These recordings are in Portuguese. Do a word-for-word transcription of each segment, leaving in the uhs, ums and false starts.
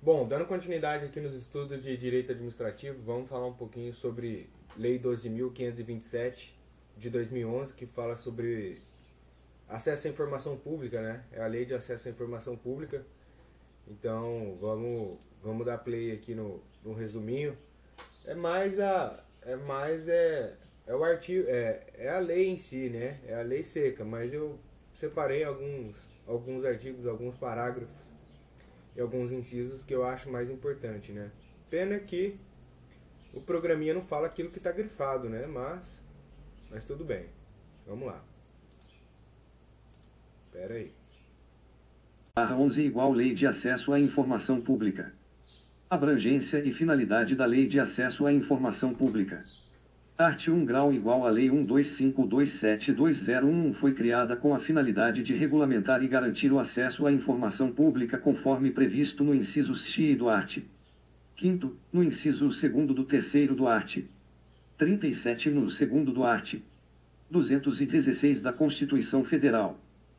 Bom, dando continuidade aqui nos estudos de direito administrativo, vamos falar um pouquinho sobre Lei doze mil quinhentos e vinte e sete de dois mil e onze, que fala sobre acesso à informação pública, né? É a Lei de Acesso à Informação Pública. Então, vamos, vamos dar play aqui no, no resuminho. É mais a é mais é, é o artigo, é, é a lei em si, né? É a lei seca, mas eu separei alguns alguns artigos, alguns parágrafos e alguns incisos que eu acho mais importante, né? Pena que o programinha não fala aquilo que está grifado, né? Mas, mas tudo bem. Vamos lá. Espera aí. onze igual Lei de Acesso à Informação Pública. Abrangência e finalidade da Lei de Acesso à Informação Pública. Art. um grau igual a Lei um dois cinco dois sete dois zero um foi criada com a finalidade de regulamentar e garantir o acesso à informação pública conforme previsto no inciso X do art. quinto, no inciso segundo do terceiro do art. trinta e sete no segundo do art. duzentos e dezesseis da Constituição Federal.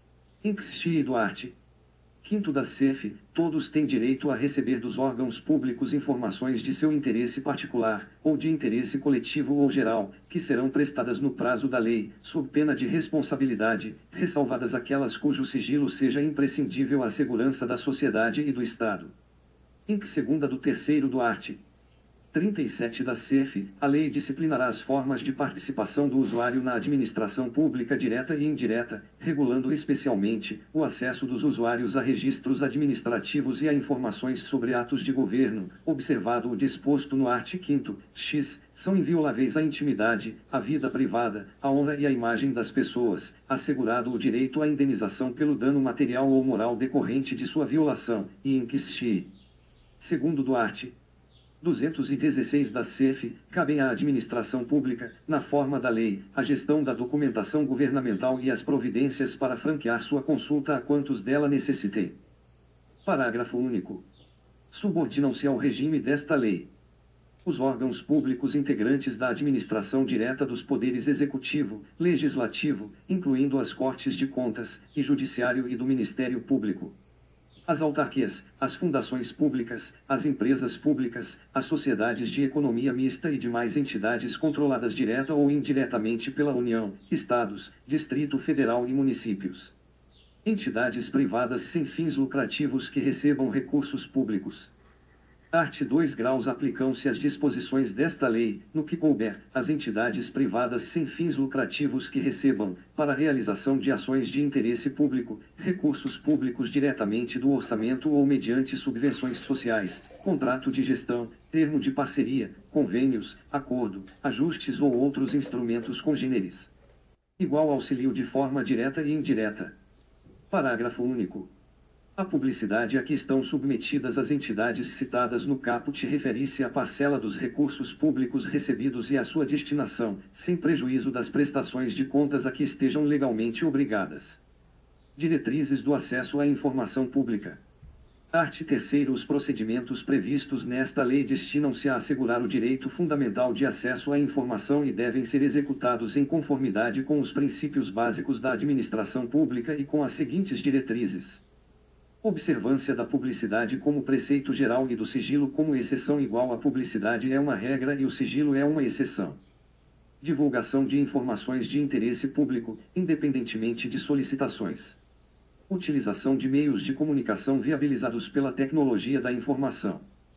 Inx X do art. quinto da C E F, todos têm direito a receber dos órgãos públicos informações de seu interesse particular, ou de interesse coletivo ou geral, que serão prestadas no prazo da lei, sob pena de responsabilidade, ressalvadas aquelas cujo sigilo seja imprescindível à segurança da sociedade e do Estado. Inc. segunda do terceiro do art. trinta e sete da C E F, a lei disciplinará as formas de participação do usuário na administração pública direta e indireta, regulando especialmente o acesso dos usuários a registros administrativos e a informações sobre atos de governo, observado o disposto no art. quinto, X, são invioláveis a intimidade, a vida privada, a honra e a imagem das pessoas, assegurado o direito à indenização pelo dano material ou moral decorrente de sua violação, e em que X. Segundo do art. duzentos e dezesseis da C E F, cabem à administração pública, na forma da lei, a gestão da documentação governamental e as providências para franquear sua consulta a quantos dela necessitem. Parágrafo único. Subordinam-se ao regime desta lei os órgãos públicos integrantes da administração direta dos poderes executivo, legislativo, incluindo as Cortes de Contas, e Judiciário e do Ministério Público. As autarquias, as fundações públicas, as empresas públicas, as sociedades de economia mista e demais entidades controladas direta ou indiretamente pela União, Estados, Distrito Federal e municípios. Entidades privadas sem fins lucrativos que recebam recursos públicos. Art. dois graus aplicam-se as disposições desta lei, no que couber, às entidades privadas sem fins lucrativos que recebam, para a realização de ações de interesse público, recursos públicos diretamente do orçamento ou mediante subvenções sociais, contrato de gestão, termo de parceria, convênios, acordo, ajustes ou outros instrumentos congêneres. Igual auxílio de forma direta e indireta. Parágrafo único. A publicidade a que estão submetidas as entidades citadas no caput refere-se à parcela dos recursos públicos recebidos e à sua destinação, sem prejuízo das prestações de contas a que estejam legalmente obrigadas. Diretrizes do acesso à informação pública. Art. terceiro. Os procedimentos previstos nesta lei destinam-se a assegurar o direito fundamental de acesso à informação e devem ser executados em conformidade com os princípios básicos da administração pública e com as seguintes diretrizes. Observância da publicidade como preceito geral e do sigilo como exceção igual. A publicidade é uma regra e o sigilo é uma exceção. Divulgação de informações de interesse público, independentemente de solicitações. Utilização de meios de comunicação viabilizados pela tecnologia da informação.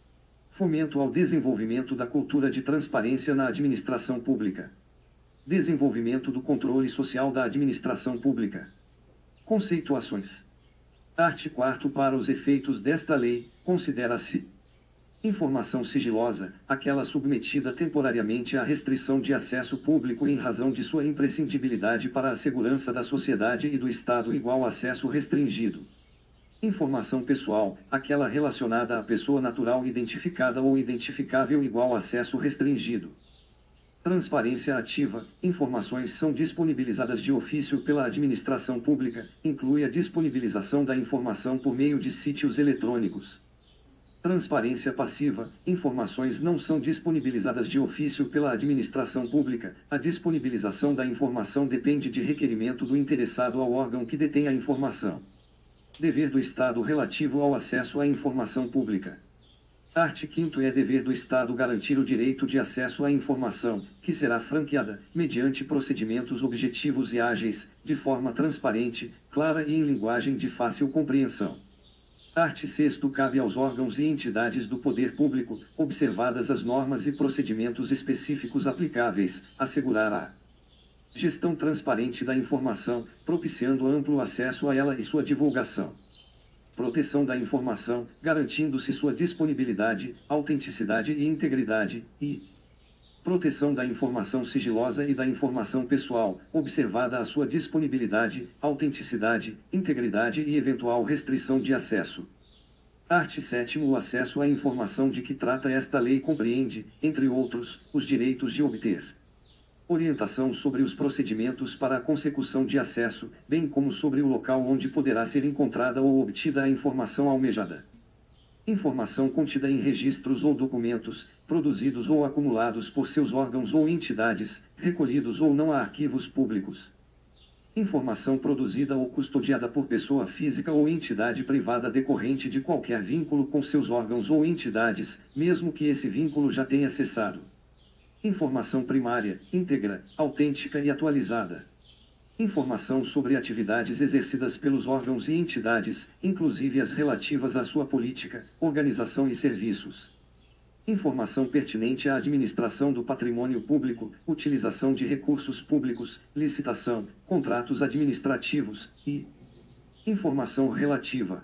Fomento ao desenvolvimento da cultura de transparência na administração pública. Desenvolvimento do controle social da administração pública. Conceituações. Art. quarto. Para os efeitos desta lei, considera-se informação sigilosa, aquela submetida temporariamente à restrição de acesso público em razão de sua imprescindibilidade para a segurança da sociedade e do Estado igual acesso restringido. Informação pessoal, aquela relacionada à pessoa natural identificada ou identificável igual acesso restringido. Transparência ativa, informações são disponibilizadas de ofício pela administração pública, inclui a disponibilização da informação por meio de sítios eletrônicos. Transparência passiva, informações não são disponibilizadas de ofício pela administração pública, a disponibilização da informação depende de requerimento do interessado ao órgão que detém a informação. Dever do Estado relativo ao acesso à informação pública. Art. quinto É dever do Estado garantir o direito de acesso à informação, que será franqueada, mediante procedimentos objetivos e ágeis, de forma transparente, clara e em linguagem de fácil compreensão. Art. sexto Cabe aos órgãos e entidades do poder público, observadas as normas e procedimentos específicos aplicáveis, assegurar a gestão transparente da informação, propiciando amplo acesso a ela e sua divulgação. Proteção da informação, garantindo-se sua disponibilidade, autenticidade e integridade, e proteção da informação sigilosa e da informação pessoal, observada a sua disponibilidade, autenticidade, integridade e eventual restrição de acesso. Art. sétimo O acesso à informação de que trata esta lei compreende, entre outros, os direitos de obter orientação sobre os procedimentos para a consecução de acesso, bem como sobre o local onde poderá ser encontrada ou obtida a informação almejada. Informação contida em registros ou documentos, produzidos ou acumulados por seus órgãos ou entidades, recolhidos ou não a arquivos públicos. Informação produzida ou custodiada por pessoa física ou entidade privada decorrente de qualquer vínculo com seus órgãos ou entidades, mesmo que esse vínculo já tenha cessado. Informação primária, íntegra, autêntica e atualizada. Informação sobre atividades exercidas pelos órgãos e entidades, inclusive as relativas à sua política, organização e serviços. Informação pertinente à administração do patrimônio público, utilização de recursos públicos, licitação, contratos administrativos, e informação relativa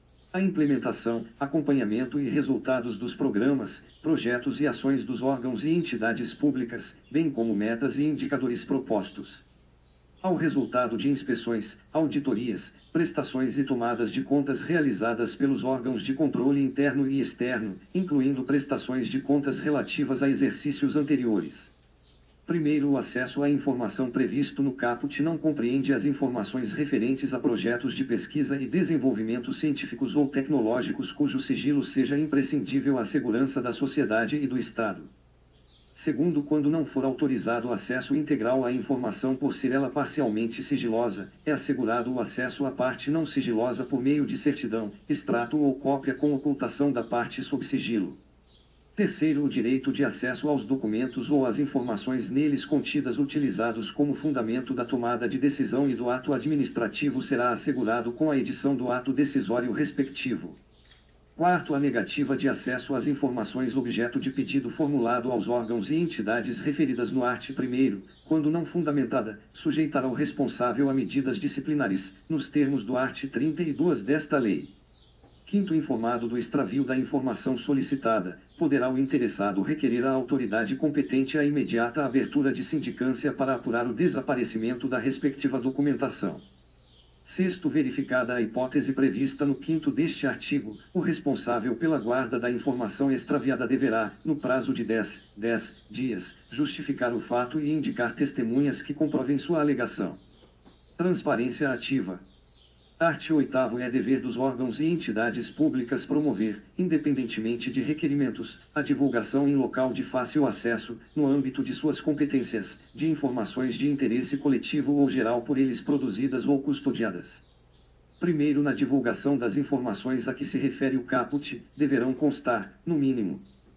à implementação, acompanhamento e resultados dos programas, projetos e ações dos órgãos e entidades públicas, bem como metas e indicadores propostos. Ao resultado de inspeções, auditorias, prestações e tomadas de contas realizadas pelos órgãos de controle interno e externo, incluindo prestações de contas relativas a exercícios anteriores. Primeiro, o acesso à informação previsto no caput não compreende as informações referentes a projetos de pesquisa e desenvolvimento científicos ou tecnológicos cujo sigilo seja imprescindível à segurança da sociedade e do Estado. Segundo, quando não for autorizado o acesso integral à informação por ser ela parcialmente sigilosa, é assegurado o acesso à parte não sigilosa por meio de certidão, extrato ou cópia com ocultação da parte sob sigilo. Terceiro, o direito de acesso aos documentos ou às informações neles contidas utilizados como fundamento da tomada de decisão e do ato administrativo será assegurado com a edição do ato decisório respectivo. Quarto, a negativa de acesso às informações objeto de pedido formulado aos órgãos e entidades referidas no art. primeiro, quando não fundamentada, sujeitará o responsável a medidas disciplinares, nos termos do art. trinta e dois desta lei. Quinto, informado do extravio da informação solicitada, poderá o interessado requerer à autoridade competente a imediata abertura de sindicância para apurar o desaparecimento da respectiva documentação. Sexto, verificada a hipótese prevista no quinto deste artigo, o responsável pela guarda da informação extraviada deverá, no prazo de dez, dez dias, justificar o fato e indicar testemunhas que comprovem sua alegação. Transparência ativa. Art. oitavo É dever dos órgãos e entidades públicas promover, independentemente de requerimentos, a divulgação em local de fácil acesso, no âmbito de suas competências, de informações de interesse coletivo ou geral por eles produzidas ou custodiadas. Primeiro, na divulgação das informações a que se refere o caput, deverão constar, no mínimo,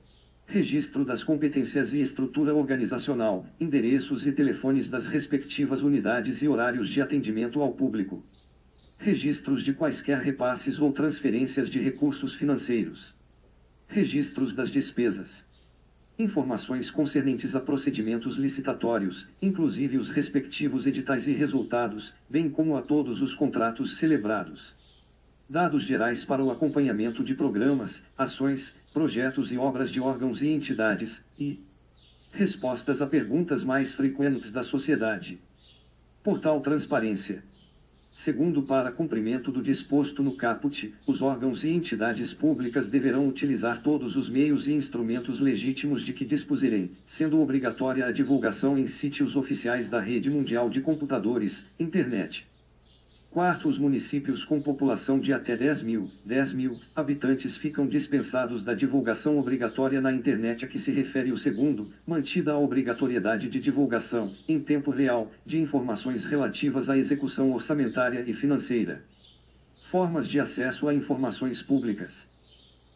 registro das competências e estrutura organizacional, endereços e telefones das respectivas unidades e horários de atendimento ao público. Registros de quaisquer repasses ou transferências de recursos financeiros. Registros das despesas. Informações concernentes a procedimentos licitatórios, inclusive os respectivos editais e resultados, bem como a todos os contratos celebrados. Dados gerais para o acompanhamento de programas, ações, projetos e obras de órgãos e entidades, e respostas a perguntas mais frequentes da sociedade. Portal Transparência. Segundo, para cumprimento do disposto no caput, os órgãos e entidades públicas deverão utilizar todos os meios e instrumentos legítimos de que dispuserem, sendo obrigatória a divulgação em sítios oficiais da Rede Mundial de Computadores, Internet. Quarto, os municípios com população de até dez mil, dez mil habitantes ficam dispensados da divulgação obrigatória na internet a que se refere o segundo, mantida a obrigatoriedade de divulgação, em tempo real, de informações relativas à execução orçamentária e financeira. Formas de acesso a informações públicas.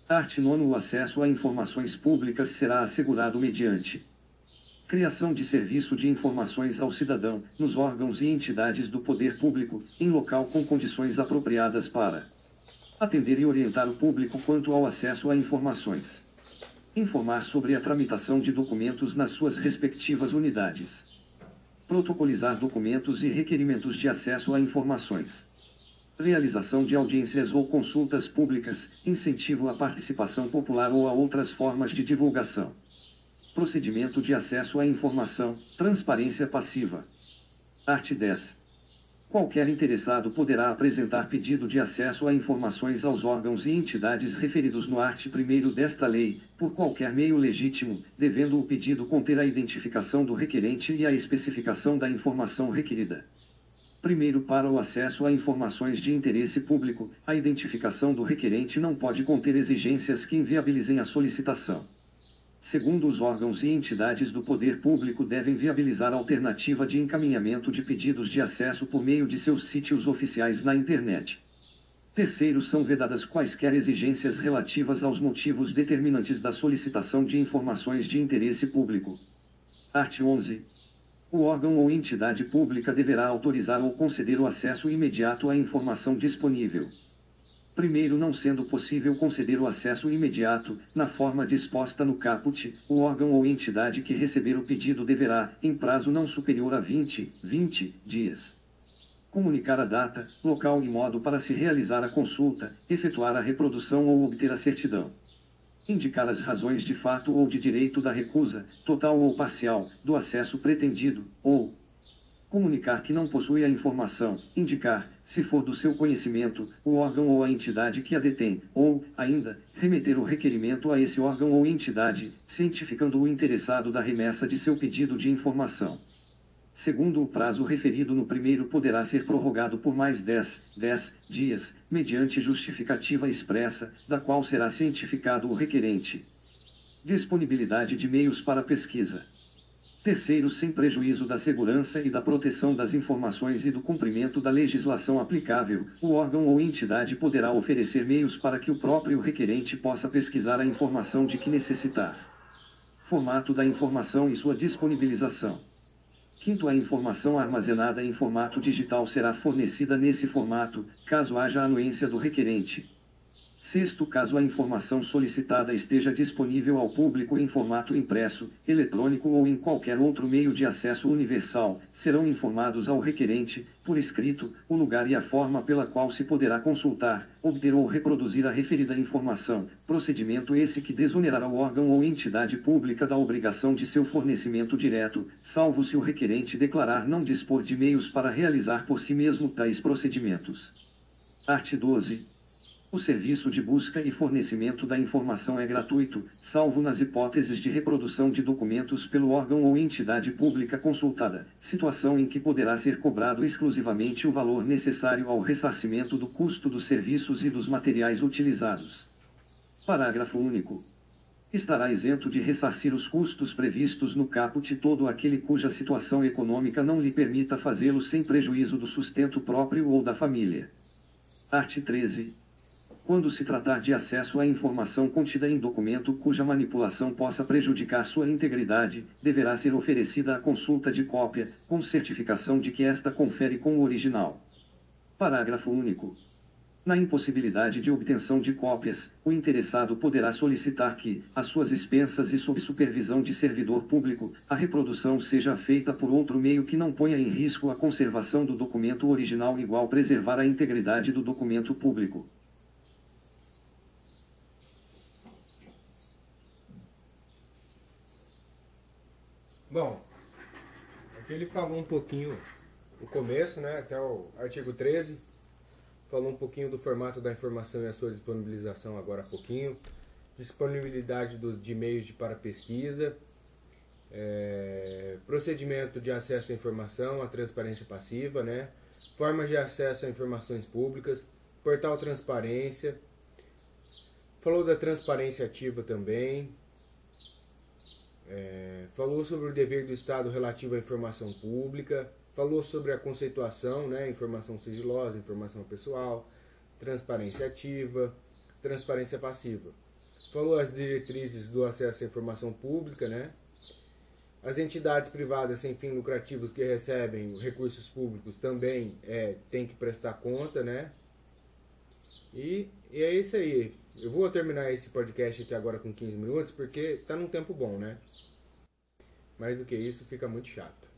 Art. nove. O acesso a informações públicas será assegurado mediante criação de serviço de informações ao cidadão, nos órgãos e entidades do poder público, em local com condições apropriadas para atender e orientar o público quanto ao acesso a informações. Informar sobre a tramitação de documentos nas suas respectivas unidades. Protocolizar documentos e requerimentos de acesso a informações. Realização de audiências ou consultas públicas, incentivo à participação popular ou a outras formas de divulgação. Procedimento de acesso à informação, transparência passiva. Art. dez. Qualquer interessado poderá apresentar pedido de acesso a informações aos órgãos e entidades referidos no art. primeiro desta lei, por qualquer meio legítimo, devendo o pedido conter a identificação do requerente e a especificação da informação requerida. Primeiro, para o acesso a informações de interesse público, a identificação do requerente não pode conter exigências que inviabilizem a solicitação. Segundo, os órgãos e entidades do poder público devem viabilizar a alternativa de encaminhamento de pedidos de acesso por meio de seus sítios oficiais na internet. Terceiro, são vedadas quaisquer exigências relativas aos motivos determinantes da solicitação de informações de interesse público. Art. onze. O órgão ou entidade pública deverá autorizar ou conceder o acesso imediato à informação disponível. Primeiro, não sendo possível conceder o acesso imediato, na forma disposta no caput, o órgão ou entidade que receber o pedido deverá, em prazo não superior a vinte, vinte dias, comunicar a data, local e modo para se realizar a consulta, efetuar a reprodução ou obter a certidão. Indicar as razões de fato ou de direito da recusa, total ou parcial, do acesso pretendido, ou comunicar que não possui a informação, indicar, se for do seu conhecimento, o órgão ou a entidade que a detém, ou, ainda, remeter o requerimento a esse órgão ou entidade, cientificando o interessado da remessa de seu pedido de informação. Segundo, o prazo referido no primeiro poderá ser prorrogado por mais dez, dez dias, mediante justificativa expressa, da qual será cientificado o requerente. Disponibilidade de meios para pesquisa. Terceiro, sem prejuízo da segurança e da proteção das informações e do cumprimento da legislação aplicável, o órgão ou entidade poderá oferecer meios para que o próprio requerente possa pesquisar a informação de que necessitar. Formato da informação e sua disponibilização. Quinto, a informação armazenada em formato digital será fornecida nesse formato, caso haja anuência do requerente. Sexto, caso a informação solicitada esteja disponível ao público em formato impresso, eletrônico ou em qualquer outro meio de acesso universal, serão informados ao requerente, por escrito, o lugar e a forma pela qual se poderá consultar, obter ou reproduzir a referida informação, procedimento esse que desonerará o órgão ou entidade pública da obrigação de seu fornecimento direto, salvo se o requerente declarar não dispor de meios para realizar por si mesmo tais procedimentos. Art. doze. O serviço de busca e fornecimento da informação é gratuito, salvo nas hipóteses de reprodução de documentos pelo órgão ou entidade pública consultada, situação em que poderá ser cobrado exclusivamente o valor necessário ao ressarcimento do custo dos serviços e dos materiais utilizados. Parágrafo único. Estará isento de ressarcir os custos previstos no caput todo aquele cuja situação econômica não lhe permita fazê-lo sem prejuízo do sustento próprio ou da família. Art. treze. Quando se tratar de acesso à informação contida em documento cuja manipulação possa prejudicar sua integridade, deverá ser oferecida a consulta de cópia, com certificação de que esta confere com o original. Parágrafo único. Na impossibilidade de obtenção de cópias, o interessado poderá solicitar que, às suas expensas e sob supervisão de servidor público, a reprodução seja feita por outro meio que não ponha em risco a conservação do documento original igual preservar a integridade do documento público. Bom, aqui ele falou um pouquinho, o começo, né, até o artigo treze, falou um pouquinho do formato da informação e a sua disponibilização agora há pouquinho, disponibilidade do, de meios de, para pesquisa, é, procedimento de acesso à informação, a transparência passiva, né, formas de acesso a informações públicas, portal transparência, falou da transparência ativa também. É, falou sobre o dever do Estado relativo à informação pública, falou sobre a conceituação, né, informação sigilosa, informação pessoal, transparência ativa, transparência passiva. falou as diretrizes do acesso à informação pública, né? As entidades privadas sem fins lucrativos que recebem recursos públicos também é, têm que prestar conta, né? E, e é isso aí. Eu vou terminar esse podcast aqui agora com quinze minutos, porque tá num tempo bom, né? Mais do que isso, fica muito chato.